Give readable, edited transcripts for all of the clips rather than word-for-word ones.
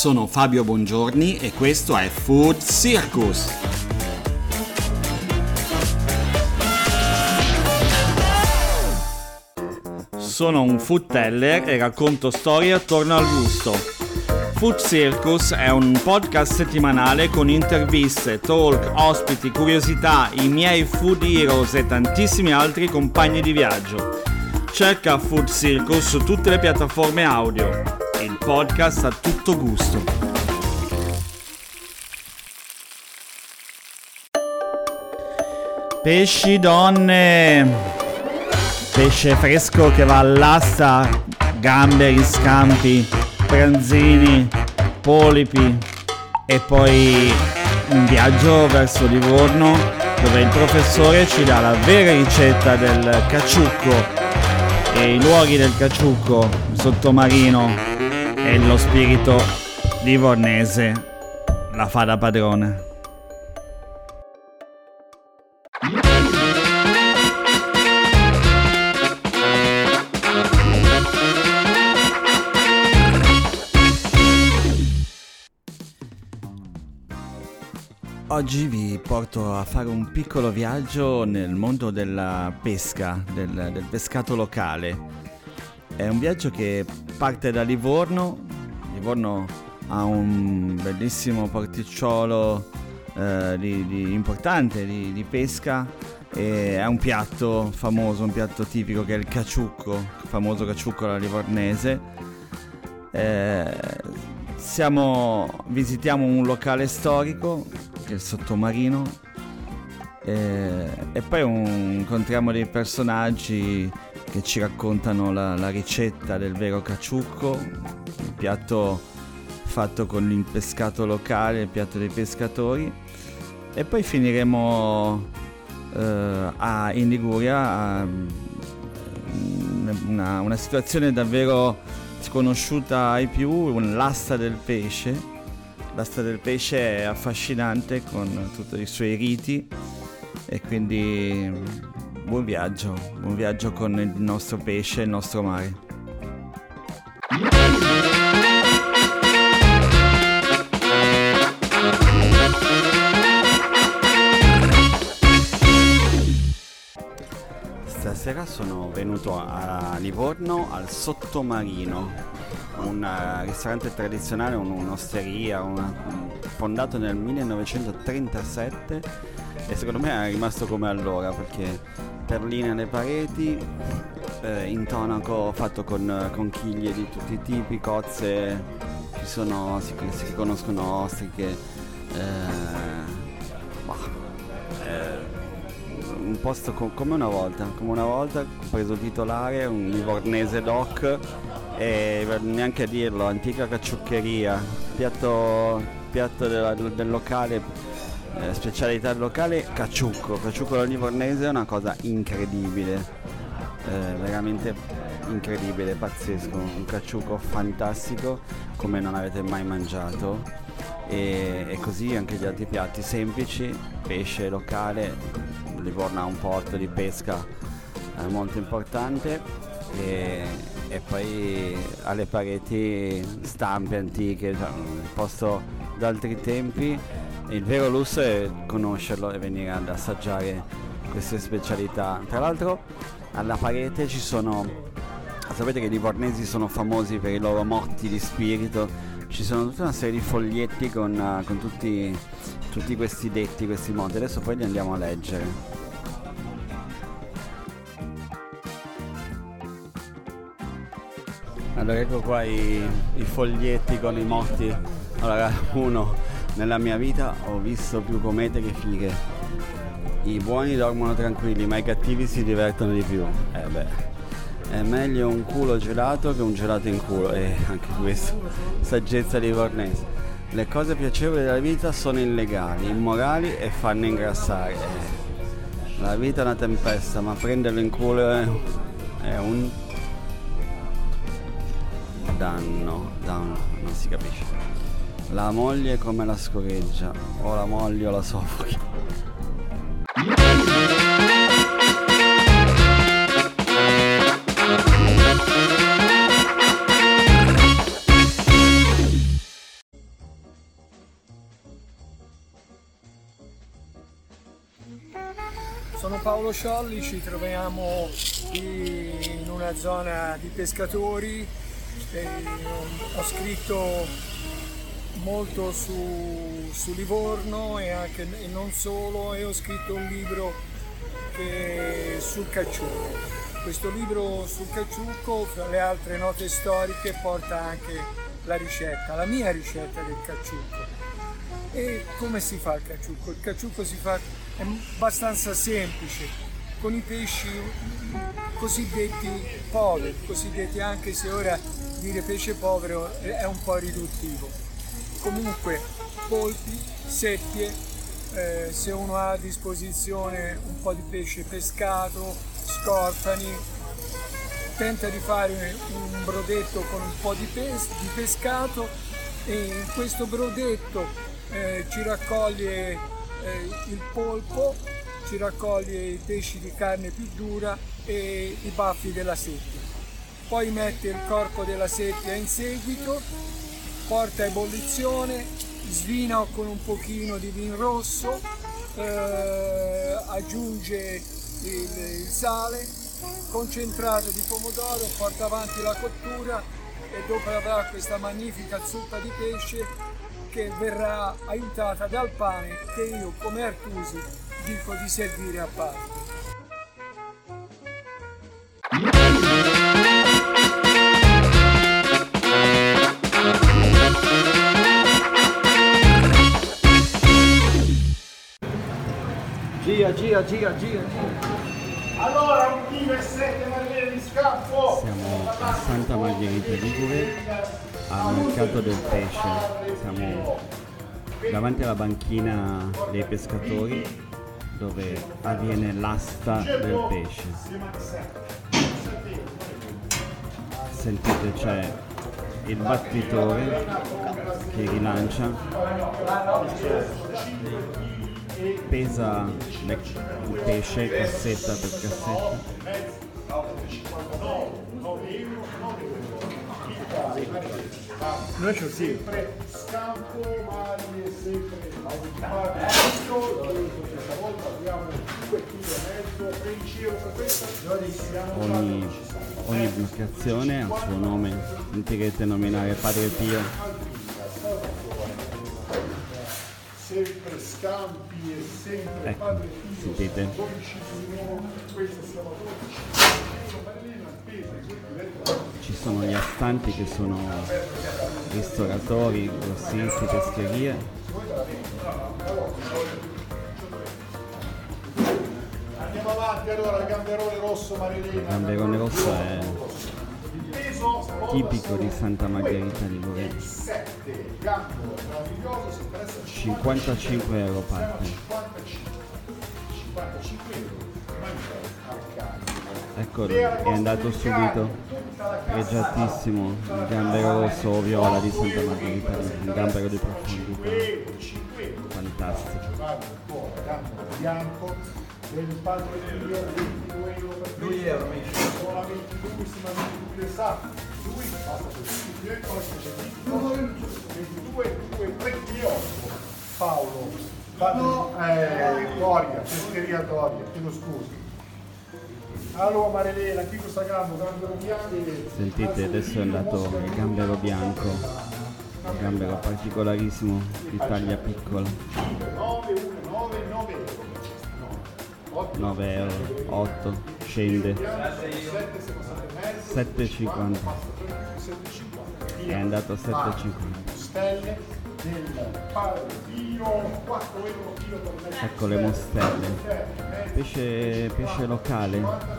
sono Fabio Bongiorni e questo è Food Circus. Sono un food teller e racconto storie attorno al gusto. Food Circus è un podcast settimanale con interviste, talk, ospiti, curiosità, i miei food heroes e tantissimi altri compagni di viaggio. Cerca Food Circus su tutte le piattaforme audio. Il podcast a tutto gusto. Pesci donne, pesce fresco che va all'asta, gamberi, scampi, branzini, polipi e poi un viaggio verso Livorno dove il professore ci dà la vera ricetta del caciucco e i luoghi del caciucco sottomarino e lo spirito livornese la fa da padrone. Oggi vi porto a fare un piccolo viaggio nel mondo della pesca, del pescato locale. È un viaggio che parte da Livorno. Livorno ha un bellissimo porticciolo importante di pesca e ha un piatto famoso, un piatto tipico che è il caciucco, il famoso caciucco alla livornese. Visitiamo un locale storico che è il Sottomarino e poi incontriamo dei personaggi che ci raccontano la ricetta del vero caciucco, il piatto fatto con il pescato locale, il piatto dei pescatori, e poi finiremo in Liguria una situazione davvero sconosciuta ai più, l'asta del pesce. L'asta del pesce è affascinante con tutti i suoi riti e quindi buon viaggio con il nostro pesce e il nostro mare. Stasera sono venuto a Livorno al Sottomarino, un ristorante tradizionale, un'osteria, fondato nel 1937 e secondo me è rimasto come allora, perché perline alle pareti, intonaco fatto con conchiglie di tutti i tipi, cozze, si conoscono ostriche, un posto come una volta, ho preso titolare, un livornese doc e neanche a dirlo, antica caciuccheria, piatto del locale, specialità del locale, caciucco alla livornese è una cosa incredibile, veramente incredibile, pazzesco, un caciucco fantastico come non avete mai mangiato e così anche gli altri piatti semplici, pesce locale. Livorno ha un porto di pesca molto importante e poi alle pareti stampe antiche, un posto d'altri tempi. Il vero lusso è conoscerlo e venire ad assaggiare queste specialità. Tra l'altro alla parete sapete che i livornesi sono famosi per i loro motti di spirito, ci sono tutta una serie di foglietti con tutti questi detti, questi motti. Adesso poi li andiamo a leggere. Allora ecco qua i foglietti con i motti. Allora, nella mia vita ho visto più comete che fighe. I buoni dormono tranquilli, ma i cattivi si divertono di più. È meglio un culo gelato che un gelato in culo. E anche questo, saggezza livornese. Le cose piacevoli della vita sono illegali, immorali e fanno ingrassare. La vita è una tempesta, ma prenderlo in culo è un danno, non si capisce. La moglie è come la scoreggia, o la moglie o la soffochi. Sono Paolo Sciolli, ci troviamo in una zona di pescatori. Ho scritto molto su Livorno e non solo, e ho scritto un libro sul cacciucco. Questo libro sul cacciucco, fra le altre note storiche, porta anche la mia ricetta del cacciucco. E come si fa il cacciucco? Il cacciucco è abbastanza semplice, con i pesci cosiddetti poveri, cosiddetti, anche se ora dire pesce povero è un po' riduttivo. Comunque polpi, seppie, se uno ha a disposizione un po' di pesce pescato, scorfani, tenta di fare un brodetto con un po' di pescato, e in questo brodetto ci raccoglie il polpo, ci raccoglie i pesci di carne più dura e i baffi della seppia. Poi mette il corpo della seppia in seguito, porta a ebollizione, svina con un pochino di vin rosso, aggiunge il sale, concentrato di pomodoro, porta avanti la cottura e dopo avrà questa magnifica zuppa di pesce che verrà aiutata dal pane, che io come Artusi dico di servire a parte. Gira. Allora, un chilo e 7 margherite di scampo. Siamo a Santa Margherita Ligure, al mercato del pesce. Siamo davanti alla banchina dei pescatori dove avviene l'asta del pesce. Sentite, c'è il battitore che rilancia, pesa il pesce cassetta per cassetta. Noi c'ho sempre scampo, maglie, sempre questa volta abbiamo 2,5 kg, 13 euro per questa. Ogni bloccazione ha il suo nome, sentirete nominare Padre Pio. Sempre scampi e sempre Ecco, Padre Pio. sentite. 12 euro, questa siamo 12 euro. Ci sono gli astanti che sono ristoratori, grossisti, pescherie. Andiamo avanti allora, il gamberone rosso Marilena. Il gamberone rosso è tipico di Santa Margherita Ligure. 55 euro parte. 55 euro. Eccolo, è andato subito, pregiatissimo, il gambero rosso o viola di Santa Margherita, un gambero di profondità, fantastico. Bianco del Padre Pio, 22 euro per 2 euro, solamente lui si mangia lui basta così, 22, 3 kg. Paolo, Doria, pescheria Doria, chiedo scusa. Allora Marilena, qui questo gambero bianco. Sentite, adesso è andato il gambero bianco, un gambero particolarissimo, di taglia piccola. 9 euro, 8, scende, 7,50, è andato a 7,50. Stelle del Padre Pio, 4 euro chilo per me. Ecco le mostelle, pesce locale.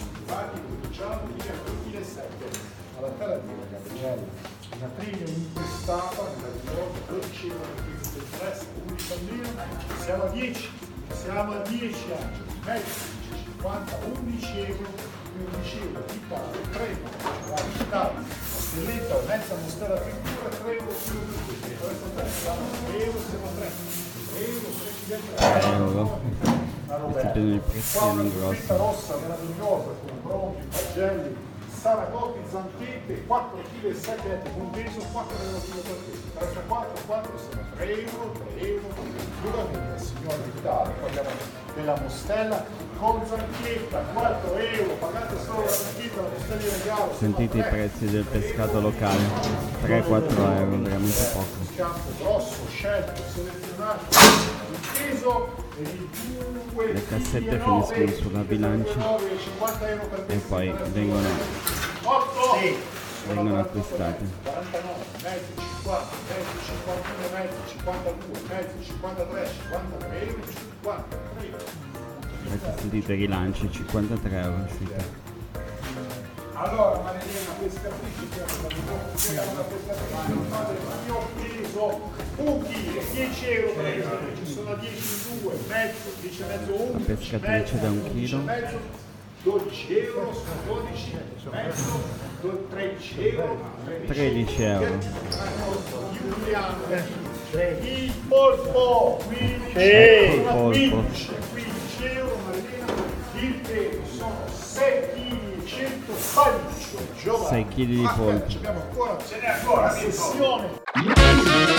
Alla terra di Gabriele, una triglia impestata, meravigliosa, 12 euro per questo interesse, 11 almeno, siamo a 10 anni, mezzo, 50, 11 euro, 11 euro, Italia, 3 Italia, stelletta, mezza mostella figura, 3 euro chilo per questo, siamo a euro, siamo a 3 euro, Sentite i prezzi in grosso. rossa meravigliosa con bronchi, pagelli, saragotti, zampette, 4 kg e 7 etti, un peso 4 euro per questo, 34, 4 sono 3 euro, 2 signore d'Italia, parliamo della mostella con zanchetta, 4 euro, pagate solo la zanchetta, la mostella di regalo. Sentite i prezzi del pescato locale, 3-4 euro, veramente poco. Scampo grosso, scelto, selezionato, il peso e il 2, Le cassette finiscono sulla bilancia 50 euro per e poi vengono 8, acquistate. 49, mezzi, 50, mezzi, 51, mezzi, 52, mezzi, 53, 53 euro, 53. Avete sentito i rilanci, 53 euro uscita. Allora Marilena, pescatrice, io ho preso un chilo, 10 euro per esempio, ci sono 10 in 2, mezzo, 10 e mezzo 11, Pescatrice da 1 chilo. mezzo, 12 euro, sono 12, mezzo, 13 euro, 13 euro. Giuliano, il polpo, 15 Ecco euro, il polpo. 15 euro Marilena, il peso sono 6 kg 116 giovani. 6 kg di polpo. Abbiamo ancora, ce n'è ancora, sessione.